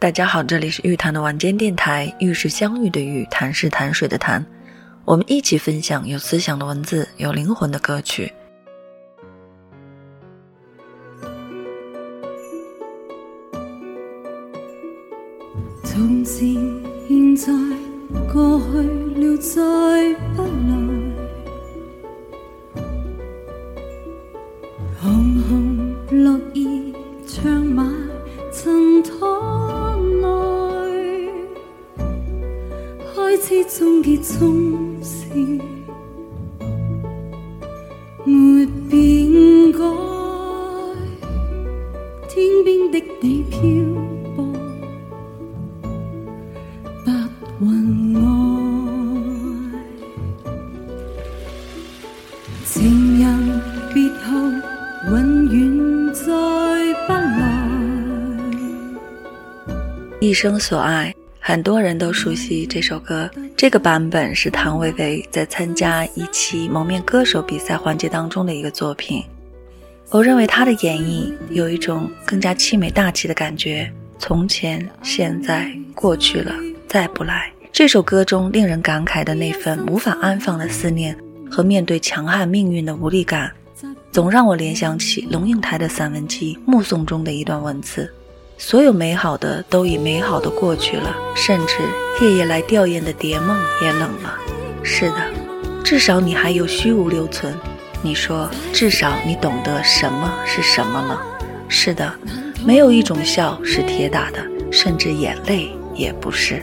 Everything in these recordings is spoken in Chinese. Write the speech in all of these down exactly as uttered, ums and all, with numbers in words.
大家好，这里是玉谈的晚间电台，玉是相遇的玉，谈是谈水的谈，我们一起分享有思想的文字，有灵魂的歌曲。 从前现在过去了再不来，红红落叶长埋尘土内，开始终结总是没变改，天边的你漂泊白云外，情人别后永远再不来。 一生所爱，很多人都熟悉这首歌。这个版本是谭维维在参加一期蒙面歌手比赛环节当中的一个作品。我认为他的演绎有一种更加凄美大气的感觉，从前现在过去了再不来。这首歌中令人感慨的那份无法安放的思念和面对强悍命运的无力感，总让我联想起龙应台的散文集《目送》中的一段文字：所有美好的都已美好的过去了，甚至夜夜来吊唁的蝶梦也冷了。是的，至少你还有虚无留存。你说至少你懂得什么是什么了。是的，没有一种笑是铁打的，甚至眼泪也不是。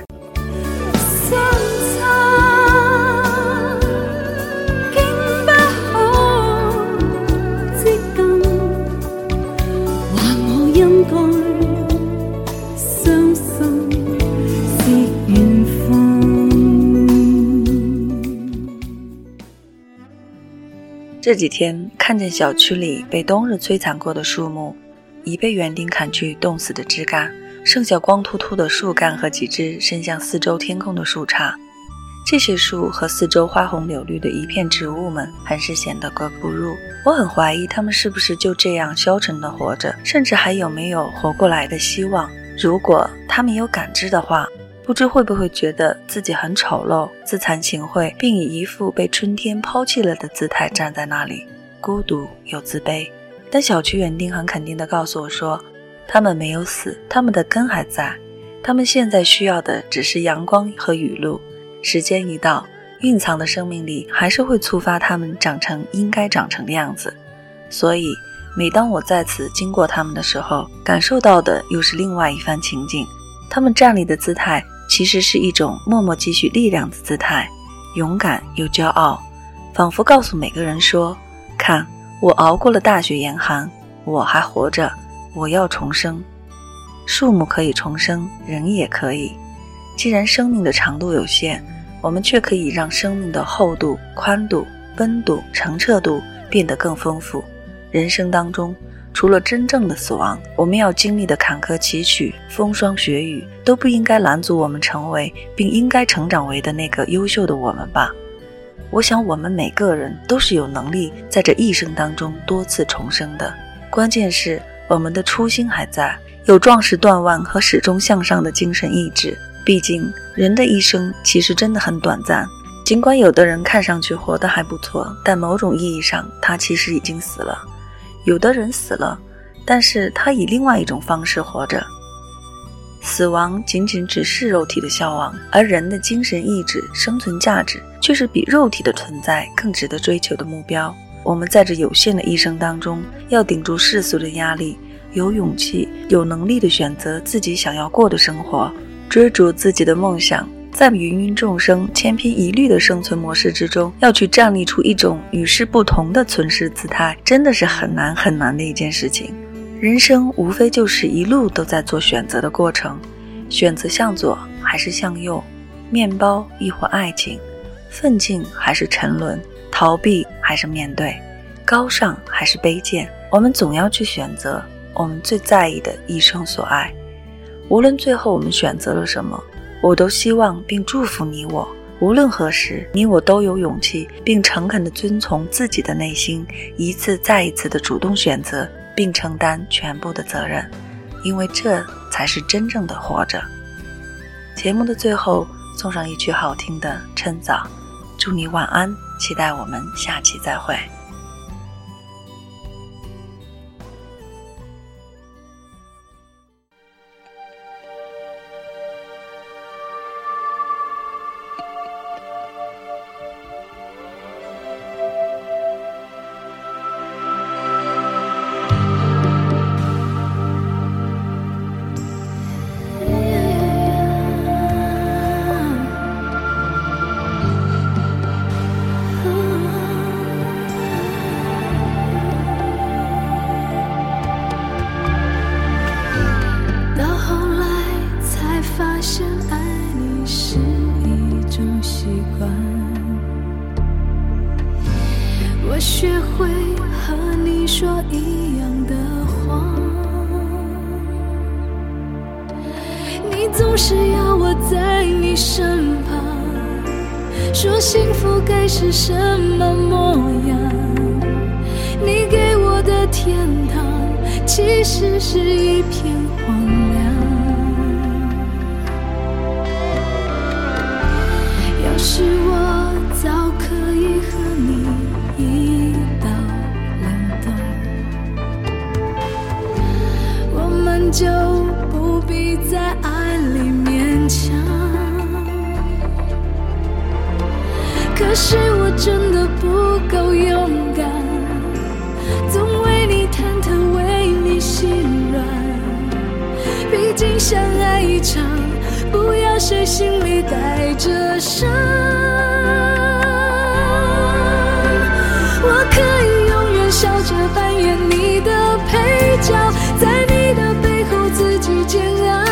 这几天看见小区里被冬日摧残过的树木，已被园丁砍去冻死的枝干，剩下光秃秃的树干和几只伸向四周天空的树杈。这些树和四周花红柳绿的一片植物们很是显得格格不入。我很怀疑它们是不是就这样消沉地活着，甚至还有没有活过来的希望。如果它们有感知的话，不知会不会觉得自己很丑陋、自惭形秽，并以一副被春天抛弃了的姿态站在那里，孤独又自卑。但小区园丁很肯定地告诉我说，他们没有死，他们的根还在，他们现在需要的只是阳光和雨露。时间一到，蕴藏的生命力还是会触发他们长成应该长成的样子。所以每当我再次经过他们的时候，感受到的又是另外一番情景。他们站立的姿态其实是一种默默积蓄力量的姿态，勇敢又骄傲，仿佛告诉每个人说，看，我熬过了大雪严寒，我还活着，我要重生。树木可以重生，人也可以。既然生命的长度有限，我们却可以让生命的厚度、宽度、温度、澄澈度变得更丰富。人生当中除了真正的死亡，我们要经历的坎坷崎岖、风霜雪雨，都不应该拦阻我们成为并应该成长为的那个优秀的我们吧。我想我们每个人都是有能力在这一生当中多次重生的，关键是我们的初心还在，有壮士断腕和始终向上的精神意志。毕竟人的一生其实真的很短暂，尽管有的人看上去活得还不错，但某种意义上他其实已经死了。有的人死了，但是他以另外一种方式活着。死亡仅仅只是肉体的消亡，而人的精神意志、生存价值却是比肉体的存在更值得追求的目标。我们在这有限的一生当中，要顶住世俗的压力，有勇气、有能力地选择自己想要过的生活，追逐自己的梦想。在芸芸众生千篇一律的生存模式之中，要去站立出一种与世不同的存世姿态，真的是很难很难的一件事情。人生无非就是一路都在做选择的过程，选择向左还是向右，面包亦或爱情，奋进还是沉沦，逃避还是面对，高尚还是卑贱，我们总要去选择我们最在意的一生所爱。无论最后我们选择了什么，我都希望并祝福你我，无论何时，你我都有勇气并诚恳地遵从自己的内心，一次再一次地主动选择并承担全部的责任，因为这才是真正的活着。节目的最后送上一曲好听的《趁早》，祝你晚安，期待我们下期再会。 我学会和你说一样的话，你总是要我在你身旁，说幸福该是什么模样。你给我的天堂其实是一片荒凉。要是我早可以和你一刀两断，我们就不必在爱里勉强。可是我真的不够勇敢，总为你忐忑，为你心软。毕竟相爱一场，不要谁心里带着伤。我可以永远笑着扮演你的配角，在你的背后自己煎熬。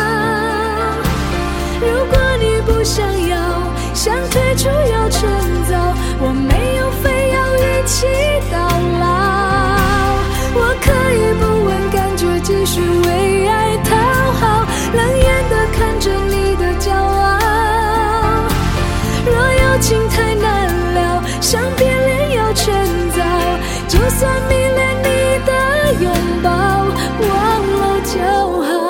如果你不想要，想退出要趁早，我没有非要一起到老。我可以不问感觉，继续为爱讨好，冷眼地看着你的骄傲。若有情太难了，想别恋要趁早，就算迷恋你的拥抱，忘了就好。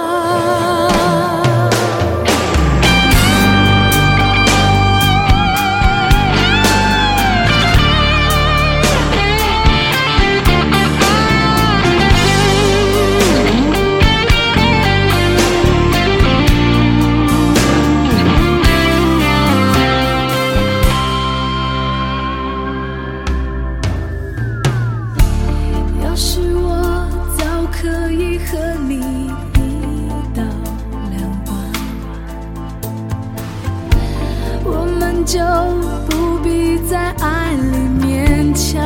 要是我早可以和你一刀两断，我们就不必在爱里勉强。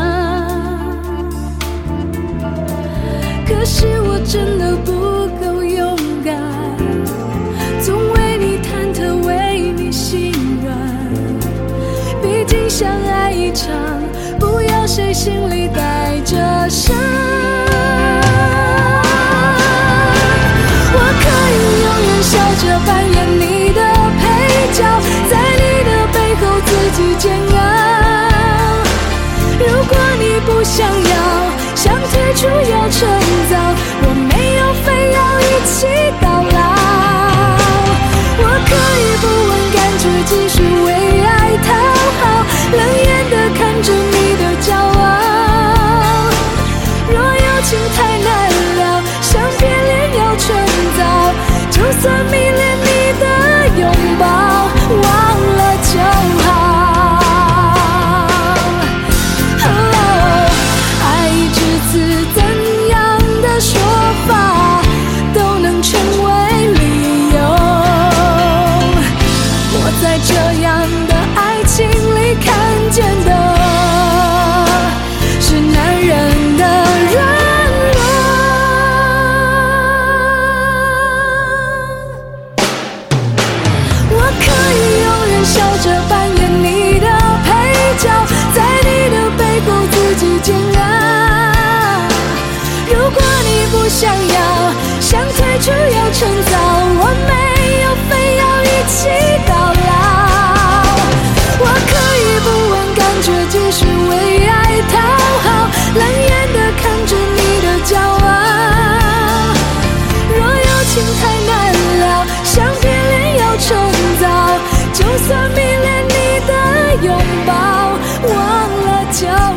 可是我真的不够勇敢，总为你忐忑，为你心软。毕竟相爱一场，不要谁心里带着伤。我可以永远笑着扮演你的配角，在你的背后自己煎熬。如果你不想要，想退出要趁早，我没有非要一起到老。我可以不问感觉，继续为爱讨好，冷眼地看着你的骄傲。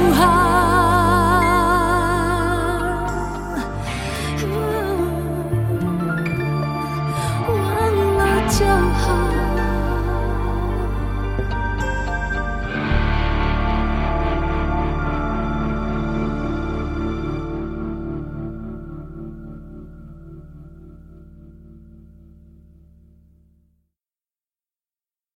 好？